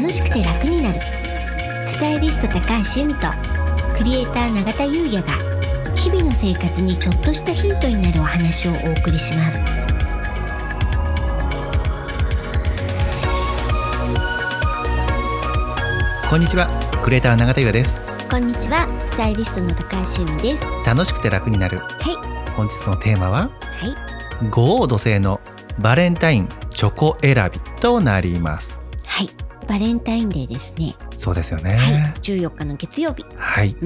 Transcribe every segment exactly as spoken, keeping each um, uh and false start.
楽しくて楽になる。スタイリスト高橋由美とクリエイター永田優也が日々の生活にちょっとしたヒントになるお話をお送りします。 こんにちは、クリエイター永田優也です。 こんにちは、スタイリストの高橋由美です。 楽しくて楽になる。 はい。 本日のテーマは、 はい、 五黄土星のバレンタインチョコ選びとなります。 はい、バレンタインデーですね。 そうですよね。 はい、じゅうよっかの月曜日。はい。うん。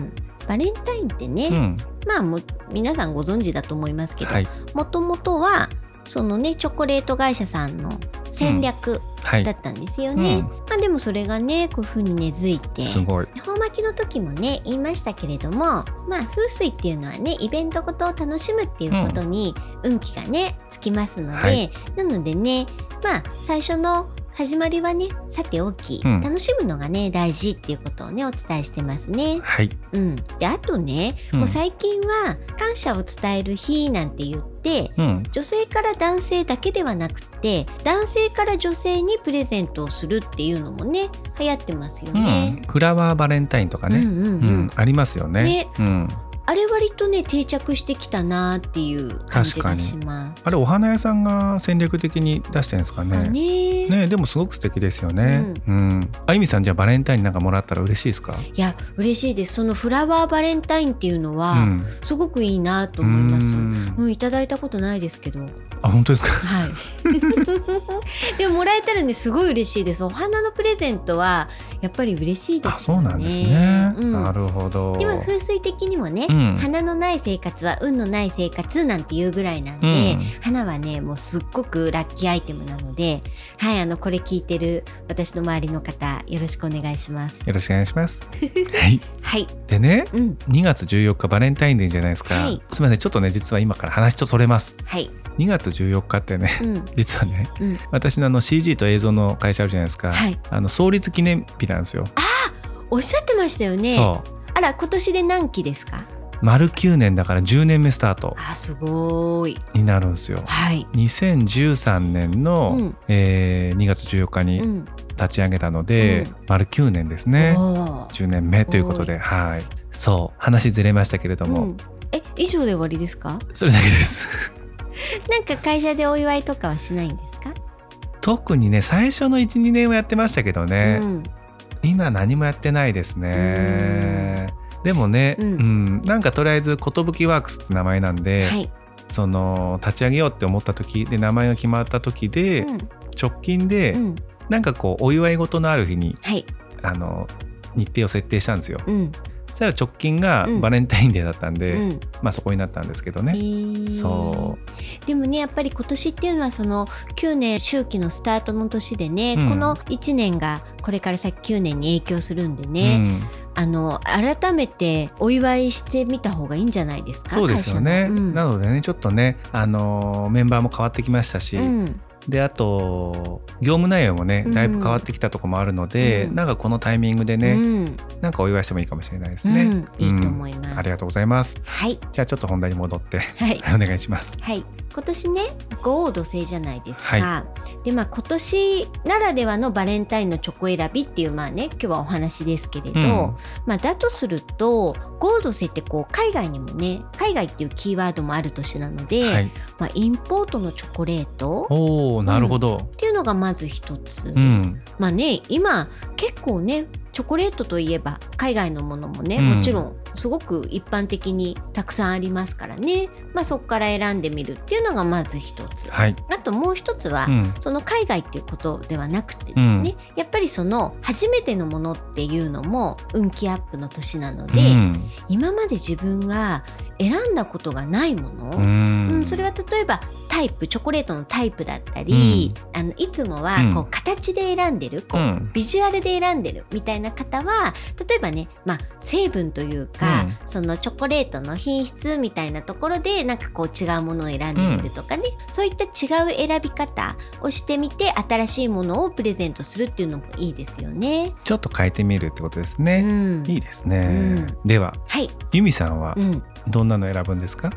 バレンタインってね、うん、まあもう皆さんご存知だと思いますけど、もともとはそのねチョコレート会社さんの戦略だったんですよね。うんはいうん、まあでもそれがねこういう風に根付いて、 すごい。 恵方巻きの時もね言いましたけれども、まあ風水っていうのはねイベントごとを楽しむっていうことに運気がねつきますので、はい、なのでねまあ最初の始まりはねさておき、うん、楽しむのがね大事っていうことをねお伝えしてますね。 はい。 うん。であとね、うん、もう最近は感謝を伝える日なんて言って、うん、女性から男性だけではなくて男性から女性にプレゼントをするっていうのもね流行ってますよね。 うん、フラワーバレンタインとかね、うんうんうんうん、ありますよね。 ね。 うん。 あれ割とね定着してきたなっていう感じがします。 あれお花屋さんが戦略的に出してるんですかね。 ね, ねでもすごく素敵ですよね。うんうん、あゆみさんじゃあバレンタインなんかもらったら嬉しいですか？ いや嬉しいです。そのフラワーバレンタインっていうのは、うん、すごくいいなと思います。うん、うん、いただいたことないですけど。 あ本当ですか？ はい。でももらえたらねすごい嬉しいです。お花のプレゼントはやっぱり嬉しいですよね。 あそうなんですね。うん、なるほど。 でも風水的にもね、うん、花のない生活は運のない生活なんていうぐらいなんで、うん、花はねもうすっごくラッキーアイテムなので、はいあのこれ聞いてる私の周りの方よろしくお願いします。 よろしくお願いします。はい。 はい。 でね、うん、にがつじゅうよっかバレンタインデーじゃないですか。はい、すみませんちょっとね実は今から話ちょっとそれます。 はい。 にがつじゅうよっかってね、うん、実はね、うん、私のあの シージー と映像の会社あるじゃないですか、はい、あの創立記念日なんですよ。 あおっしゃってましたよね。そうあら今年で何期ですか？ 丸きゅうねんだからじゅうねんめスタートあすごいになるんですよ。 はい、 にせんじゅうさんねんの、うんえー、にがつじゅうよっかに立ち上げたので、うん、丸きゅうねんですね。じゅうねんめということで、はい、そう話ずれましたけれども、うん、 え以上で終わりですか？ それだけですなんか会社でお祝いとかはしないんですか？ 特にね最初の いち,に 年はやってましたけどね、うん、今何もやってないですね。でもね、うんうん、なんかとりあえず寿ワークスって名前なんで、はい、その立ち上げようって思った時で名前が決まった時で、うん、直近で、うん、なんかこうお祝い事のある日に、はい、あの日程を設定したんですよ。うんそしたら直近がバレンタインデーだったんで、うん、まあそこになったんですけどね、えー、 そうでもねやっぱり今年っていうのはそのきゅうねん周期のスタートの年でね、うん、このいちねんがこれから先きゅうねんに影響するんでね、うんあの改めてお祝いしてみた方がいいんじゃないですか？ そうですよね、うん、なのでねちょっとね、あのー、メンバーも変わってきましたし、うんであと業務内容もねだいぶ変わってきたところもあるので、うん、なんかこのタイミングでね、うん、なんかお祝いしてもいいかもしれないですね、うん、 いいと思います、 うん、ありがとうございます、 はい、 じゃあちょっと本題に戻って、はい、お願いします。 はい今年ね五黄土星じゃないですか、はい、でまあ今年ならではのバレンタインのチョコ選びっていうまあね今日はお話ですけれど、うんまあ、だとすると五黄土星ってこう海外にもね海外っていうキーワードもある年なので、はいまあ、インポートのチョコレートおーなるほど、うん、 っていうのがまず一つ、 うん、 まあね今結構ねチョコレートといえば海外のものもね、うん、もちろんすごく一般的にたくさんありますからね、まあ、そこから選んでみるっていうのがまず一つ、はい、あともう一つは、うん、その海外っていうことではなくてですね、うん、やっぱりその初めてのものっていうのも運気アップの年なので、うん、今まで自分が選んだことがないもの、うんうん、それは例えばタイプチョコレートのタイプだったり、うん、あのいつもはこう形で選んでる、こう、うん、ビジュアルで選んでるみたいな方は例えばね、まあ、成分というか、うん、そのチョコレートの品質みたいなところでなんかこう違うものを選んでみるとかね、うん、そういった違う選び方をしてみて新しいものをプレゼントするっていうのもいいですよね。 ちょっと変えてみるってことですね、うん、いいですね、うん、では、はい、由美さんは、うんどんなの選ぶんですか？ あ、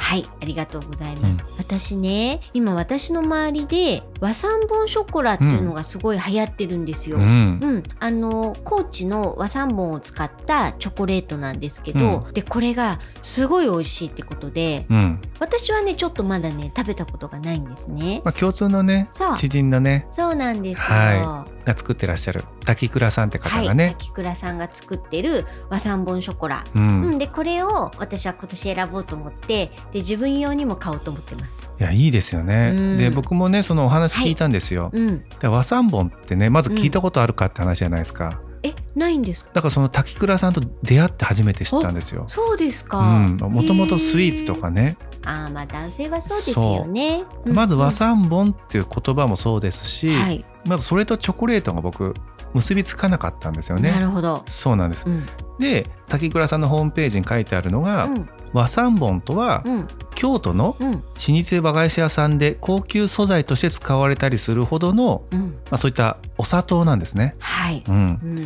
はい、ありがとうございます、うん、私ね今私の周りで和三盆ショコラっていうのがすごい流行ってるんですよ、うんうん、あの高知の和三盆を使ったチョコレートなんですけど、うん、でこれがすごい美味しいってことで、うん、私はねちょっとまだね食べたことがないんですね、 まあ、共通のね知人のねそうなんですよ、 はい、が作ってらっしゃる滝倉さんって方がね、 はい、滝倉さんが作ってる和三盆ショコラ、うんうん、でこれを私は今年選ぼうと思ってで自分用にも買おうと思ってます。 いやいいですよね、うん、で僕もねそのお話聞いたんですよ、はい、うん、で和三盆ってねまず聞いたことあるかって話じゃないですか、 うん、えないんですか。 だからその滝倉さんと出会って初めて知ったんですよ。 そうですか。 もともとスイーツとかね、 あまあ男性はそうですよね。 まず和三盆っていう言葉もそうですし、はい、まずそれとチョコレートが僕結びつかなかったんですよね。 なるほど。 そうなんです、うん、で滝倉さんのホームページに書いてあるのが、うん、和三盆とは、うん、京都の老舗和菓子屋さんで高級素材として使われたりするほどの、うんまあ、そういったお砂糖なんですね、 はいうんうん、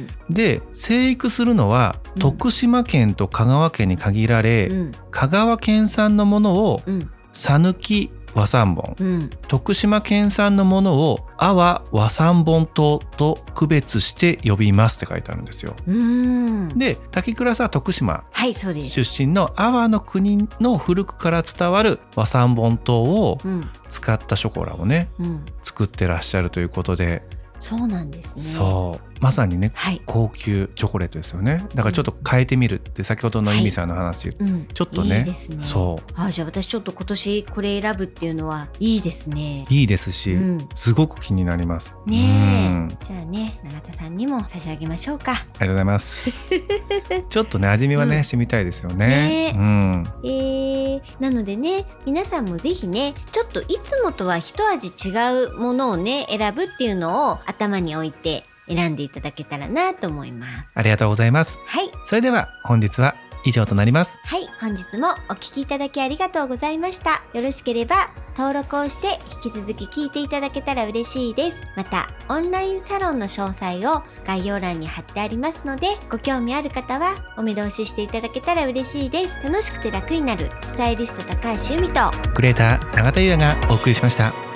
で生育するのは徳島県と香川県に限られ、うん、香川県産のものを讃岐和三盆、うん、徳島県産のものを阿波和三盆糖と区別して呼びますって書いてあるんですよ。うーんで滝倉さんは徳島出身の阿波の国の古くから伝わる和三盆糖を使ったショコラをね、うん、作ってらっしゃるということで。 そうなんですね。 そうまさにね、はい、高級チョコレートですよね。だからちょっと変えてみるって先ほどのイミさんの話、はいうん、ちょっとねいいですね。 そうあじゃあ私ちょっと今年これ選ぶっていうのはいいですね。 いいですし、うん、すごく気になりますねえ、うん、じゃあね永田さんにも差し上げましょうか。ありがとうございますちょっとね味見はね、うん、してみたいですよね。ね、うんえー、なのでね皆さんもぜひねちょっといつもとは一味違うものをね選ぶっていうのを頭に置いて選んでいただけたらなと思います。 ありがとうございます。 はい。 それでは本日は以上となります。 はい。本日もお聞きいただきありがとうございました。よろしければ登録をして引き続き聞いていただけたら嬉しいです。またオンラインサロンの詳細を概要欄に貼ってありますのでご興味ある方はお目通ししていただけたら嬉しいです。楽しくて楽になるスタイリスト高橋由美とクリエイター永田優也がお送りしました。